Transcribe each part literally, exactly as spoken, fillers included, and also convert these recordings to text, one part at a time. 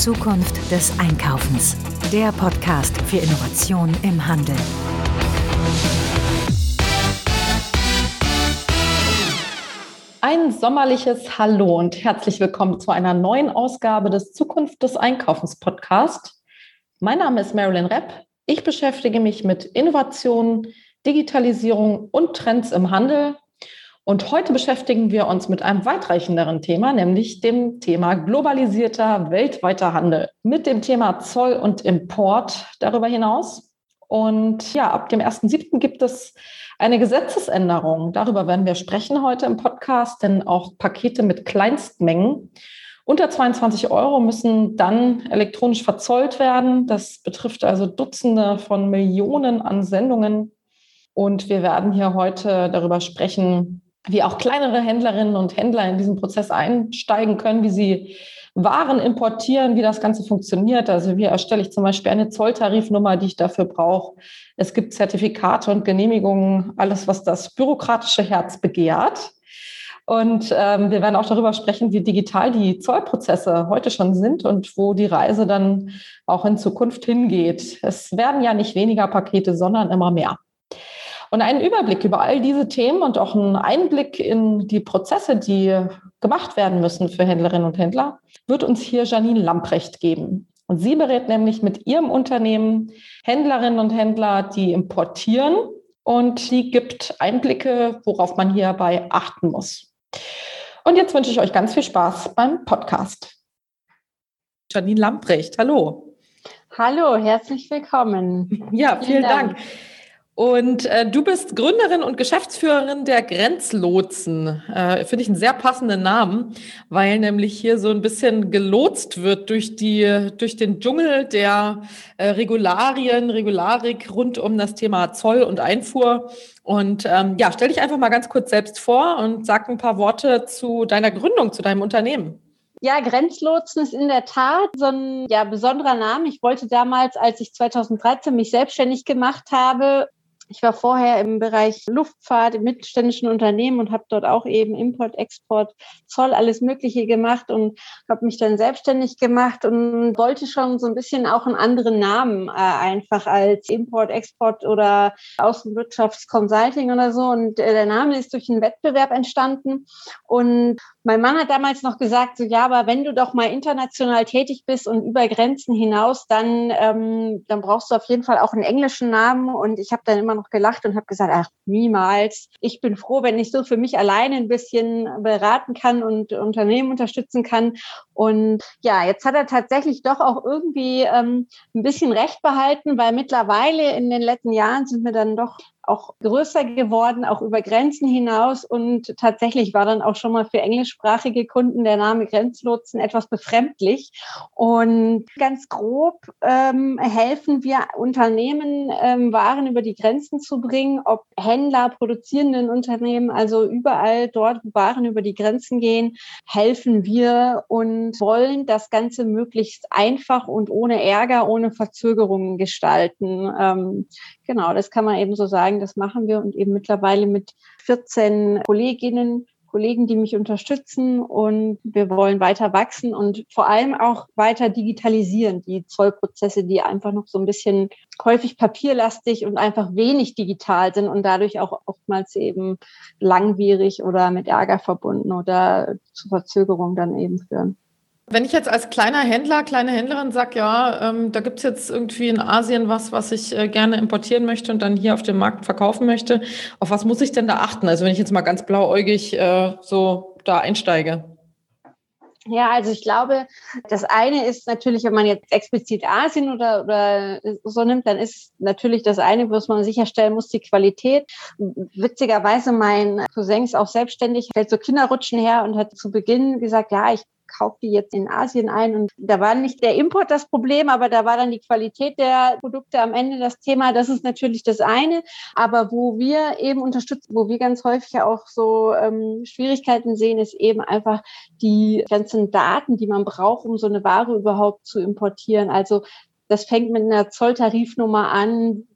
Zukunft des Einkaufens. Der Podcast für Innovation im Handel. Ein sommerliches Hallo und herzlich willkommen zu einer neuen Ausgabe des Zukunft des Einkaufens Podcast. Mein Name ist Marilyn Repp. Ich beschäftige mich mit Innovation, Digitalisierung und Trends im Handel. Und heute beschäftigen wir uns mit einem weitreichenderen Thema, nämlich dem Thema globalisierter weltweiter Handel, mit dem Thema Zoll und Import darüber hinaus. Und ja, ab dem ersten siebten gibt es eine Gesetzesänderung. Darüber werden wir sprechen heute im Podcast, denn auch Pakete mit Kleinstmengen unter zweiundzwanzig Euro müssen dann elektronisch verzollt werden. Das betrifft also Dutzende von Millionen an Sendungen. Und wir werden hier heute darüber sprechen, wie auch kleinere Händlerinnen und Händler in diesen Prozess einsteigen können, wie sie Waren importieren, wie das Ganze funktioniert. Also wie erstelle ich zum Beispiel eine Zolltarifnummer, die ich dafür brauche. Es gibt Zertifikate und Genehmigungen, alles, was das bürokratische Herz begehrt. Und ähm, wir werden auch darüber sprechen, wie digital die Zollprozesse heute schon sind und wo die Reise dann auch in Zukunft hingeht. Es werden ja nicht weniger Pakete, sondern immer mehr. Und einen Überblick über all diese Themen und auch einen Einblick in die Prozesse, die gemacht werden müssen für Händlerinnen und Händler, wird uns hier Janine Lamprecht geben. Und sie berät nämlich mit ihrem Unternehmen Händlerinnen und Händler, die importieren, und sie gibt Einblicke, worauf man hierbei achten muss. Und jetzt wünsche ich euch ganz viel Spaß beim Podcast. Janine Lamprecht, hallo. Hallo, herzlich willkommen. Ja, vielen, vielen Dank. Dank. Und äh, du bist Gründerin und Geschäftsführerin der Grenzlotsen. Äh, finde ich einen sehr passenden Namen, weil nämlich hier so ein bisschen gelotst wird durch die durch den Dschungel der äh, Regularien, Regularik rund um das Thema Zoll und Einfuhr. Und ähm, ja, stell dich einfach mal ganz kurz selbst vor und sag ein paar Worte zu deiner Gründung, zu deinem Unternehmen. Ja, Grenzlotsen ist in der Tat so ein ja, besonderer Name. Ich wollte damals, als ich zweitausenddreizehn mich selbstständig gemacht habe, ich war vorher im Bereich Luftfahrt im mittelständischen Unternehmen und habe dort auch eben Import, Export, Zoll, alles Mögliche gemacht und habe mich dann selbstständig gemacht und wollte schon so ein bisschen auch einen anderen Namen äh, einfach als Import, Export oder Außenwirtschaftsconsulting oder so. Und äh, der Name ist durch einen Wettbewerb entstanden. Und mein Mann hat damals noch gesagt, so ja, aber wenn du doch mal international tätig bist und über Grenzen hinaus, dann ähm, dann brauchst du auf jeden Fall auch einen englischen Namen. Und ich habe dann immer noch gelacht und habe gesagt, ach, niemals. Ich bin froh, wenn ich so für mich alleine ein bisschen beraten kann und Unternehmen unterstützen kann. Und ja, jetzt hat er tatsächlich doch auch irgendwie ähm, ein bisschen recht behalten, weil mittlerweile in den letzten Jahren sind wir dann doch auch größer geworden, auch über Grenzen hinaus. Und tatsächlich war dann auch schon mal für englischsprachige Kunden der Name Grenzlotsen etwas befremdlich. Und ganz grob ähm, helfen wir Unternehmen, ähm, Waren über die Grenzen zu bringen, ob Händler, produzierenden Unternehmen, also überall dort, wo Waren über die Grenzen gehen, helfen wir und wollen das Ganze möglichst einfach und ohne Ärger, ohne Verzögerungen gestalten. Ähm, genau, das kann man eben so sagen. Das machen wir und eben mittlerweile mit vierzehn Kolleginnen, Kollegen, die mich unterstützen, und wir wollen weiter wachsen und vor allem auch weiter digitalisieren, die Zollprozesse, die einfach noch so ein bisschen häufig papierlastig und einfach wenig digital sind und dadurch auch oftmals eben langwierig oder mit Ärger verbunden oder zu Verzögerungen dann eben führen. Wenn ich jetzt als kleiner Händler, kleine Händlerin sage, ja, ähm, da gibt es jetzt irgendwie in Asien was, was ich äh, gerne importieren möchte und dann hier auf dem Markt verkaufen möchte, auf was muss ich denn da achten? Also wenn ich jetzt mal ganz blauäugig äh, so da einsteige. Ja, also ich glaube, das eine ist natürlich, wenn man jetzt explizit Asien oder, oder so nimmt, dann ist natürlich das eine, was man sicherstellen muss, die Qualität. Witzigerweise, mein Cousin ist auch selbstständig, stellt so Kinderrutschen her und hat zu Beginn gesagt, ja, ich kaufe die jetzt in Asien ein. Und da war nicht der Import das Problem, aber da war dann die Qualität der Produkte am Ende das Thema. Das ist natürlich das eine. Aber wo wir eben unterstützen, wo wir ganz häufig auch so ähm, Schwierigkeiten sehen, ist eben einfach die ganzen Daten, die man braucht, um so eine Ware überhaupt zu importieren. Also das fängt mit einer Zolltarifnummer an.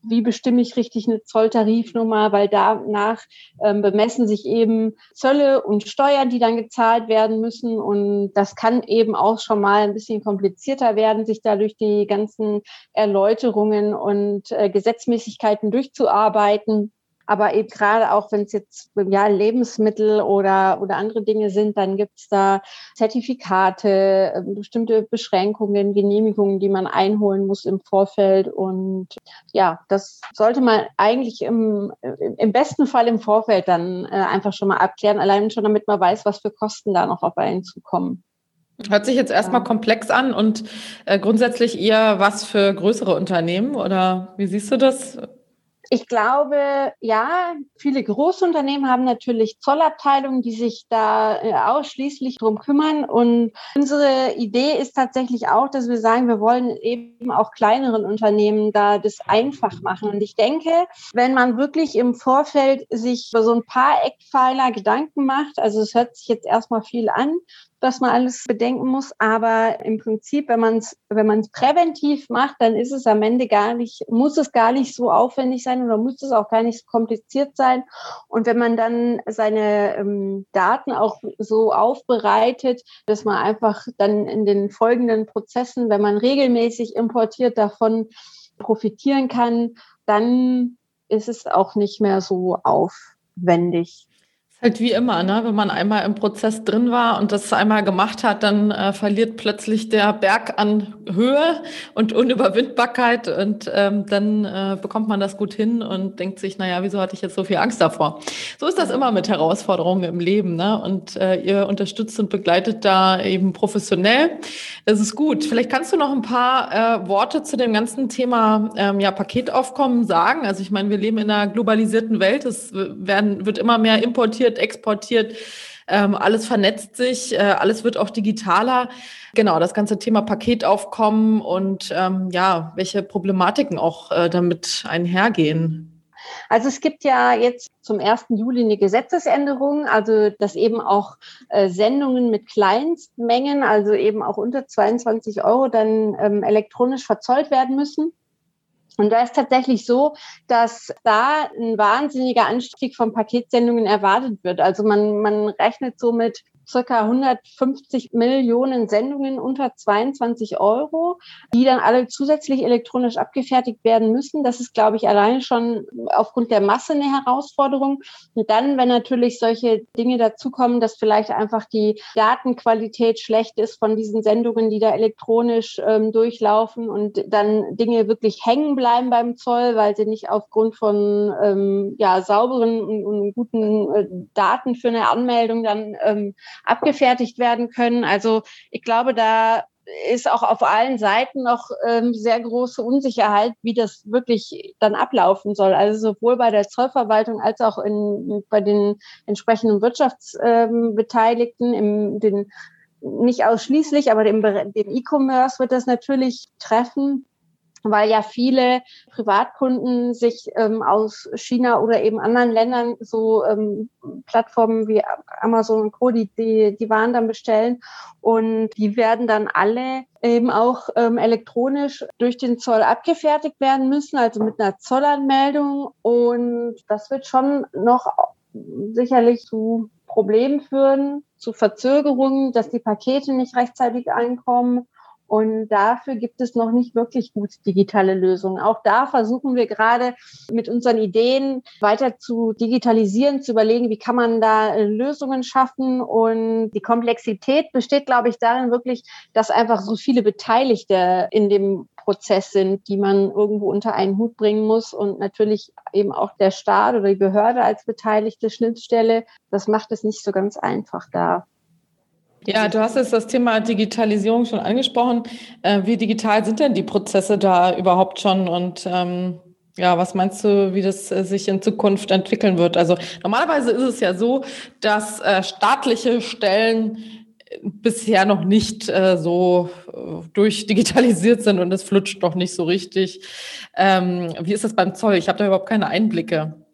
wie bestimme ich richtig eine Zolltarifnummer, weil danach ähm, bemessen sich eben Zölle und Steuern, die dann gezahlt werden müssen. Und das kann eben auch schon mal ein bisschen komplizierter werden, sich da durch die ganzen Erläuterungen und äh, Gesetzmäßigkeiten durchzuarbeiten. Aber eben gerade auch, wenn es jetzt ja, Lebensmittel oder, oder andere Dinge sind, dann gibt es da Zertifikate, äh, bestimmte Beschränkungen, Genehmigungen, die man einholen muss im Vorfeld. Und ja, das sollte man eigentlich im, im besten Fall im Vorfeld dann äh, einfach schon mal abklären, allein schon damit man weiß, was für Kosten da noch auf einen zukommen. Hört sich jetzt erstmal ja. komplex an und äh, grundsätzlich eher was für größere Unternehmen, oder wie siehst du das? Ich glaube, ja, viele Großunternehmen haben natürlich Zollabteilungen, die sich da äh, ausschließlich drum kümmern. Und unsere Idee ist tatsächlich auch, dass wir sagen, wir wollen eben auch kleineren Unternehmen da das einfach machen. Und ich denke, wenn man wirklich im Vorfeld sich über so ein paar Eckpfeiler Gedanken macht, also es hört sich jetzt erstmal viel an, was man alles bedenken muss. Aber im Prinzip, wenn man es wenn man es präventiv macht, dann ist es am Ende gar nicht, muss es gar nicht so aufwendig sein oder muss es auch gar nicht so kompliziert sein. Und wenn man dann seine ähm, Daten auch so aufbereitet, dass man einfach dann in den folgenden Prozessen, wenn man regelmäßig importiert, davon profitieren kann, dann ist es auch nicht mehr so aufwendig. Halt wie immer, ne? Wenn man einmal im Prozess drin war und das einmal gemacht hat, dann äh, verliert plötzlich der Berg an Höhe und Unüberwindbarkeit und ähm, dann äh, bekommt man das gut hin und denkt sich, naja, wieso hatte ich jetzt so viel Angst davor? So ist das immer mit Herausforderungen im Leben, ne? Und äh, ihr unterstützt und begleitet da eben professionell. Das ist gut. Vielleicht kannst du noch ein paar äh, Worte zu dem ganzen Thema ähm, ja, Paketaufkommen sagen. Also ich meine, wir leben in einer globalisierten Welt. Es werden, wird immer mehr importiert, exportiert, ähm, alles vernetzt sich, äh, alles wird auch digitaler. Genau, das ganze Thema Paketaufkommen und ähm, ja, welche Problematiken auch äh, damit einhergehen. Also es gibt ja jetzt zum ersten Juli eine Gesetzesänderung, also dass eben auch äh, Sendungen mit Kleinstmengen, also eben auch unter zweiundzwanzig Euro, dann ähm, elektronisch verzollt werden müssen. Und da ist tatsächlich so, dass da ein wahnsinniger Anstieg von Paketsendungen erwartet wird. Also man, man rechnet so mit circa hundertfünfzig Millionen Sendungen unter zweiundzwanzig Euro, die dann alle zusätzlich elektronisch abgefertigt werden müssen. Das ist, glaube ich, allein schon aufgrund der Masse eine Herausforderung. Und dann, wenn natürlich solche Dinge dazukommen, dass vielleicht einfach die Datenqualität schlecht ist von diesen Sendungen, die da elektronisch ähm, durchlaufen und dann Dinge wirklich hängen bleiben beim Zoll, weil sie nicht aufgrund von ähm, ja, sauberen und, und guten äh, Daten für eine Anmeldung dann ähm, abgefertigt werden können. Also ich glaube, da ist auch auf allen Seiten noch ähm, sehr große Unsicherheit, wie das wirklich dann ablaufen soll. Also sowohl bei der Zollverwaltung als auch in, bei den entsprechenden Wirtschaftsbeteiligten, ähm, im den, nicht ausschließlich, aber dem, dem E-Commerce wird das natürlich treffen, weil ja viele Privatkunden sich ähm, aus China oder eben anderen Ländern so ähm, Plattformen wie Amazon und Co., die, die die Waren dann bestellen und die werden dann alle eben auch ähm, elektronisch durch den Zoll abgefertigt werden müssen, also mit einer Zollanmeldung, und das wird schon noch sicherlich zu Problemen führen, zu Verzögerungen, dass die Pakete nicht rechtzeitig einkommen. Und dafür gibt es noch nicht wirklich gut digitale Lösungen. Auch da versuchen wir gerade mit unseren Ideen weiter zu digitalisieren, zu überlegen, wie kann man da Lösungen schaffen. Und die Komplexität besteht, glaube ich, darin wirklich, dass einfach so viele Beteiligte in dem Prozess sind, die man irgendwo unter einen Hut bringen muss. Und natürlich eben auch der Staat oder die Behörde als beteiligte Schnittstelle. Das macht es nicht so ganz einfach da. Ja, du hast jetzt das Thema Digitalisierung schon angesprochen. Äh, wie digital sind denn die Prozesse da überhaupt schon? Und ähm, ja, was meinst du, wie das äh, sich in Zukunft entwickeln wird? Also normalerweise ist es ja so, dass äh, staatliche Stellen bisher noch nicht äh, so äh, durchdigitalisiert sind und es flutscht noch nicht so richtig. Ähm, wie ist das beim Zoll? Ich habe da überhaupt keine Einblicke.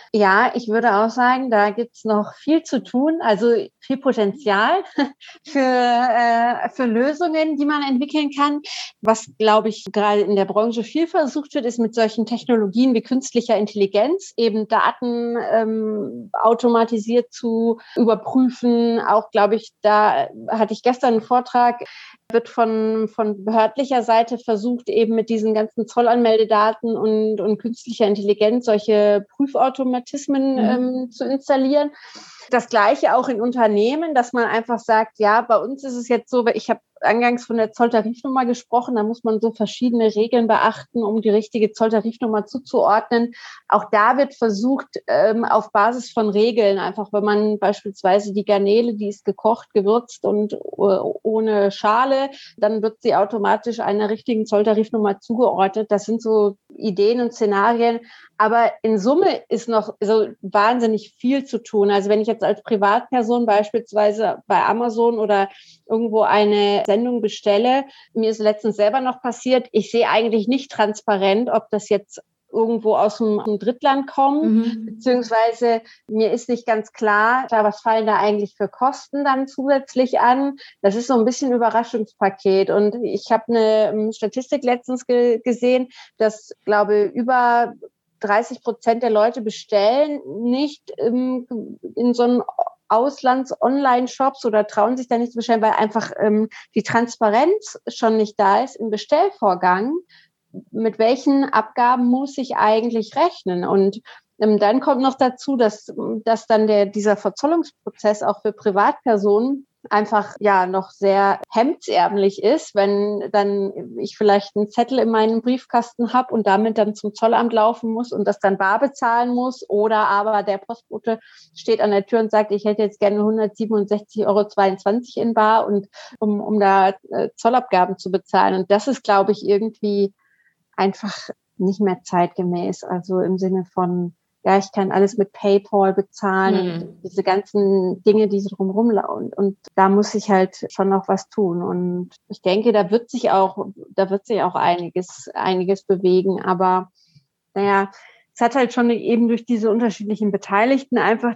Ja, ich würde auch sagen, da gibt's noch viel zu tun, also viel Potenzial für, äh, für Lösungen, die man entwickeln kann. Was, glaube ich, gerade in der Branche viel versucht wird, ist mit solchen Technologien wie künstlicher Intelligenz eben Daten ähm, automatisiert zu überprüfen. Auch, glaube ich, da hatte ich gestern einen Vortrag, wird von, von behördlicher Seite versucht, eben mit diesen ganzen Zollanmeldedaten und, und künstlicher Intelligenz solche Prüfautomatismen mhm. ähm, zu installieren. Das Gleiche auch in Unternehmen, dass man einfach sagt, ja, bei uns ist es jetzt so, ich habe eingangs von der Zolltarifnummer gesprochen, da muss man so verschiedene Regeln beachten, um die richtige Zolltarifnummer zuzuordnen. Auch da wird versucht, ähm, auf Basis von Regeln, einfach wenn man beispielsweise die Garnele, die ist gekocht, gewürzt und uh, ohne Schale, dann wird sie automatisch einer richtigen Zolltarifnummer zugeordnet. Das sind so Ideen und Szenarien. Aber in Summe ist noch so wahnsinnig viel zu tun. Also wenn ich jetzt als Privatperson beispielsweise bei Amazon oder irgendwo eine Sendung bestelle, mir ist letztens selber noch passiert, ich sehe eigentlich nicht transparent, ob das jetzt irgendwo aus dem, dem Drittland kommt, mhm. beziehungsweise mir ist nicht ganz klar, was fallen da eigentlich für Kosten dann zusätzlich an. Das ist so ein bisschen Überraschungspaket. Und ich habe eine Statistik letztens ge- gesehen, dass, glaube ich, über dreißig Prozent der Leute bestellen nicht ähm, in so einem Auslands-Online-Shops oder trauen sich da nicht zu bestellen, weil einfach ähm, die Transparenz schon nicht da ist im Bestellvorgang. Mit welchen Abgaben muss ich eigentlich rechnen? Und ähm, dann kommt noch dazu, dass, dass dann der, dieser Verzollungsprozess auch für Privatpersonen einfach ja noch sehr hemdsärmlich ist, wenn dann ich vielleicht einen Zettel in meinem Briefkasten habe und damit dann zum Zollamt laufen muss und das dann bar bezahlen muss, oder aber der Postbote steht an der Tür und sagt, ich hätte jetzt gerne hundertsiebenundsechzig Euro zweiundzwanzig in bar, und um, um da äh, Zollabgaben zu bezahlen. Und das ist, glaube ich, irgendwie einfach nicht mehr zeitgemäß. Also im Sinne von, ja, ich kann alles mit PayPal bezahlen, mhm. und diese ganzen Dinge, die so drumherum laufen. Und da muss ich halt schon noch was tun. Und ich denke, da wird sich auch, da wird sich auch einiges, einiges bewegen. Aber naja, es hat halt schon eben durch diese unterschiedlichen Beteiligten einfach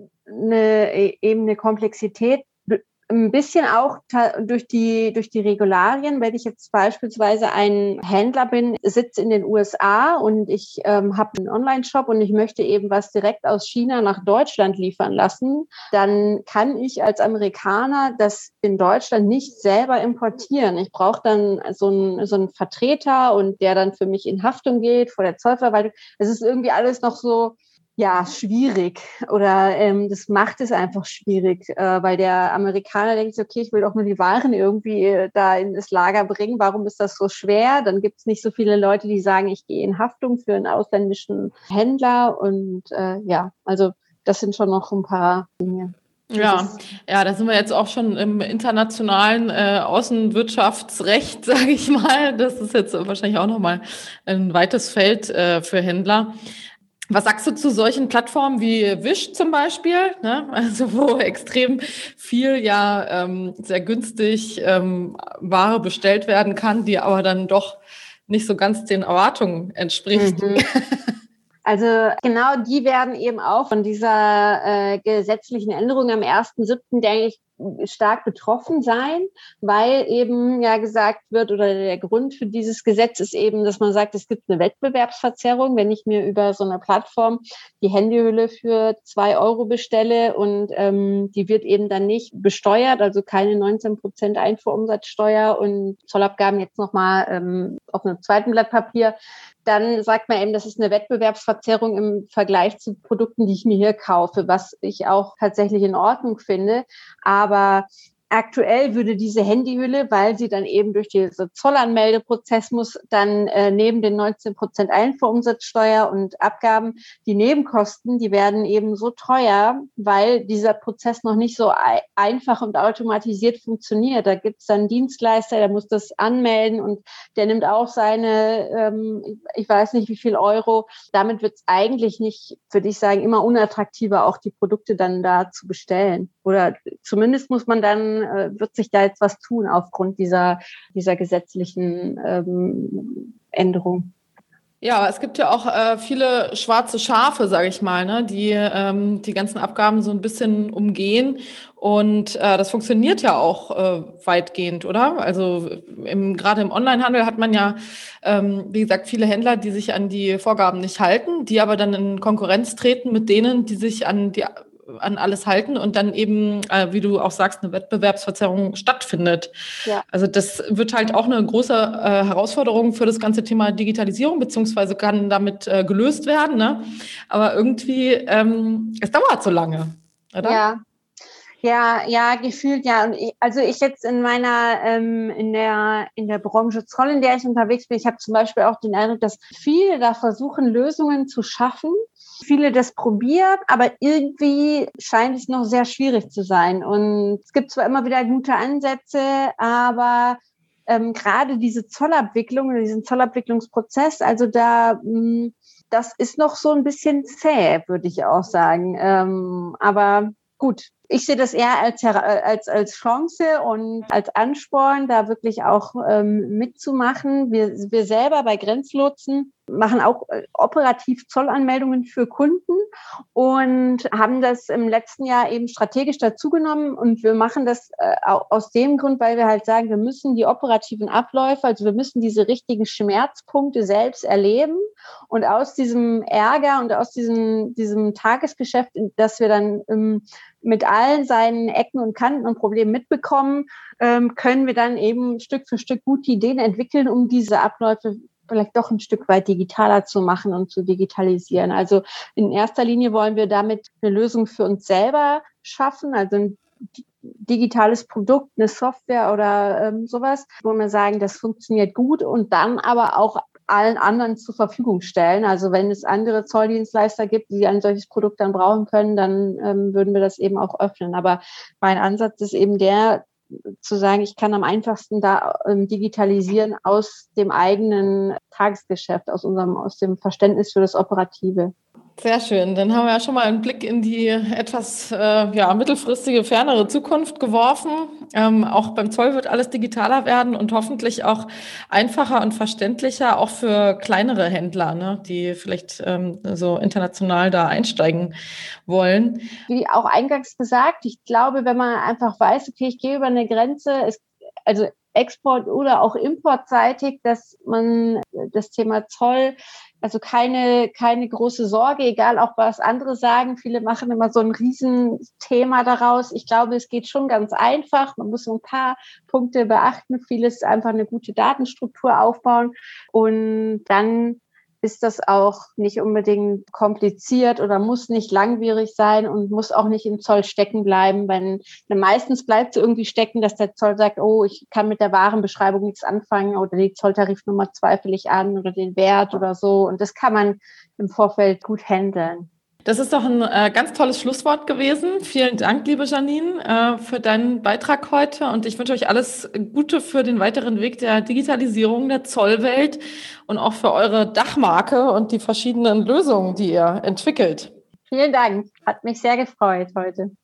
eine, eben eine Komplexität. Ein bisschen auch ta- durch die durch die Regularien. Wenn ich jetzt beispielsweise ein Händler bin, sitze in den U S A und ich ähm, habe einen Online-Shop und ich möchte eben was direkt aus China nach Deutschland liefern lassen, dann kann ich als Amerikaner das in Deutschland nicht selber importieren. Ich brauche dann so einen so einen Vertreter, und der dann für mich in Haftung geht vor der Zollverwaltung. Es ist irgendwie alles noch so, ja, schwierig, oder ähm, das macht es einfach schwierig, äh, weil der Amerikaner denkt, okay, ich will doch nur die Waren irgendwie äh, da in das Lager bringen, warum ist das so schwer? Dann gibt es nicht so viele Leute, die sagen, ich gehe in Haftung für einen ausländischen Händler, und äh, ja, also das sind schon noch ein paar Dinge. Ja, ja, da sind wir jetzt auch schon im internationalen äh, Außenwirtschaftsrecht, sage ich mal. Das ist jetzt wahrscheinlich auch nochmal ein weites Feld äh, für Händler. Was sagst du zu solchen Plattformen wie Wish zum Beispiel, ne? Also wo extrem viel ja ähm, sehr günstig ähm, Ware bestellt werden kann, die aber dann doch nicht so ganz den Erwartungen entspricht? Mhm. Also genau, die werden eben auch von dieser äh, gesetzlichen Änderung am ersten siebten, denke ich, stark betroffen sein, weil eben ja gesagt wird, oder der Grund für dieses Gesetz ist eben, dass man sagt, es gibt eine Wettbewerbsverzerrung, wenn ich mir über so eine Plattform die Handyhülle für zwei Euro bestelle und ähm, die wird eben dann nicht besteuert, also keine neunzehn Prozent Einfuhrumsatzsteuer und Zollabgaben jetzt nochmal ähm, auf einem zweiten Blatt Papier, dann sagt man eben, das ist eine Wettbewerbsverzerrung im Vergleich zu Produkten, die ich mir hier kaufe, was ich auch tatsächlich in Ordnung finde. Aber aktuell würde diese Handyhülle, weil sie dann eben durch diesen Zollanmeldeprozess muss, dann äh, neben den neunzehn Prozent Einfuhrumsatzsteuer und Abgaben, die Nebenkosten, die werden eben so teuer, weil dieser Prozess noch nicht so ei- einfach und automatisiert funktioniert. Da gibt es dann einen Dienstleister, der muss das anmelden und der nimmt auch seine, ähm, ich weiß nicht wie viel Euro. Damit wird es eigentlich nicht, würde ich sagen, immer unattraktiver, auch die Produkte dann da zu bestellen. Oder zumindest muss man dann, äh, wird sich da jetzt was tun aufgrund dieser, dieser gesetzlichen ähm, Änderung. Ja, es gibt ja auch äh, viele schwarze Schafe, sage ich mal, ne, die ähm, die ganzen Abgaben so ein bisschen umgehen. Und äh, das funktioniert ja auch äh, weitgehend, oder? Also im, gerade im Onlinehandel hat man ja, ähm, wie gesagt, viele Händler, die sich an die Vorgaben nicht halten, die aber dann in Konkurrenz treten mit denen, die sich an die an alles halten und dann eben, äh, wie du auch sagst, eine Wettbewerbsverzerrung stattfindet. Ja. Also das wird halt auch eine große äh, Herausforderung für das ganze Thema Digitalisierung, beziehungsweise kann damit äh, gelöst werden. Ne? Aber irgendwie, ähm, es dauert so lange, oder? Ja. Ja, ja, gefühlt ja. Und ich, also ich jetzt in meiner, ähm, in der, in der Branche Zoll, in der ich unterwegs bin, ich habe zum Beispiel auch den Eindruck, dass viele da versuchen, Lösungen zu schaffen. Viele das probieren, aber irgendwie scheint es noch sehr schwierig zu sein. Und es gibt zwar immer wieder gute Ansätze, aber ähm, gerade diese Zollabwicklung, diesen Zollabwicklungsprozess, also da, mh, das ist noch so ein bisschen zäh, würde ich auch sagen. Ähm, aber gut, ich sehe das eher als, als, als Chance und als Ansporn, da wirklich auch ähm, mitzumachen. Wir, wir selber bei Grenzlotsen machen auch operativ Zollanmeldungen für Kunden und haben das im letzten Jahr eben strategisch dazugenommen. Und wir machen das äh, aus dem Grund, weil wir halt sagen, wir müssen die operativen Abläufe, also wir müssen diese richtigen Schmerzpunkte selbst erleben. Und aus diesem Ärger und aus diesem, diesem Tagesgeschäft, das wir dann ähm, mit allen seinen Ecken und Kanten und Problemen mitbekommen, ähm, können wir dann eben Stück für Stück gute Ideen entwickeln, um diese Abläufe vielleicht doch ein Stück weit digitaler zu machen und zu digitalisieren. Also in erster Linie wollen wir damit eine Lösung für uns selber schaffen, also ein digitales Produkt, eine Software oder ähm, sowas, wo wir sagen, das funktioniert gut und dann aber auch allen anderen zur Verfügung stellen. Also wenn es andere Zolldienstleister gibt, die ein solches Produkt dann brauchen können, dann ähm, würden wir das eben auch öffnen. Aber mein Ansatz ist eben der, zu sagen, ich kann am einfachsten da ähm, digitalisieren aus dem eigenen Tagesgeschäft, aus unserem, aus dem Verständnis für das Operative. Sehr schön. Dann haben wir ja schon mal einen Blick in die etwas äh, ja, mittelfristige, fernere Zukunft geworfen. Ähm, auch beim Zoll wird alles digitaler werden und hoffentlich auch einfacher und verständlicher, auch für kleinere Händler, ne, die vielleicht ähm, so international da einsteigen wollen. Wie auch eingangs gesagt, ich glaube, wenn man einfach weiß, okay, ich gehe über eine Grenze, ist, also Export- oder auch importseitig, dass man das Thema Zoll, also keine, keine große Sorge, egal auch was andere sagen. Viele machen immer so ein Riesenthema daraus. Ich glaube, es geht schon ganz einfach. Man muss so ein paar Punkte beachten. Vieles einfach eine gute Datenstruktur aufbauen und dann ist das auch nicht unbedingt kompliziert oder muss nicht langwierig sein und muss auch nicht im Zoll stecken bleiben. Wenn, meistens bleibt es irgendwie stecken, dass der Zoll sagt, oh, ich kann mit der Warenbeschreibung nichts anfangen oder die Zolltarifnummer zweifle ich an oder den Wert oder so. Und das kann man im Vorfeld gut handeln. Das ist doch ein äh, ganz tolles Schlusswort gewesen. Vielen Dank, liebe Janine, äh, für deinen Beitrag heute. Und ich wünsche euch alles Gute für den weiteren Weg der Digitalisierung der Zollwelt und auch für eure Dachmarke und die verschiedenen Lösungen, die ihr entwickelt. Vielen Dank. Hat mich sehr gefreut heute.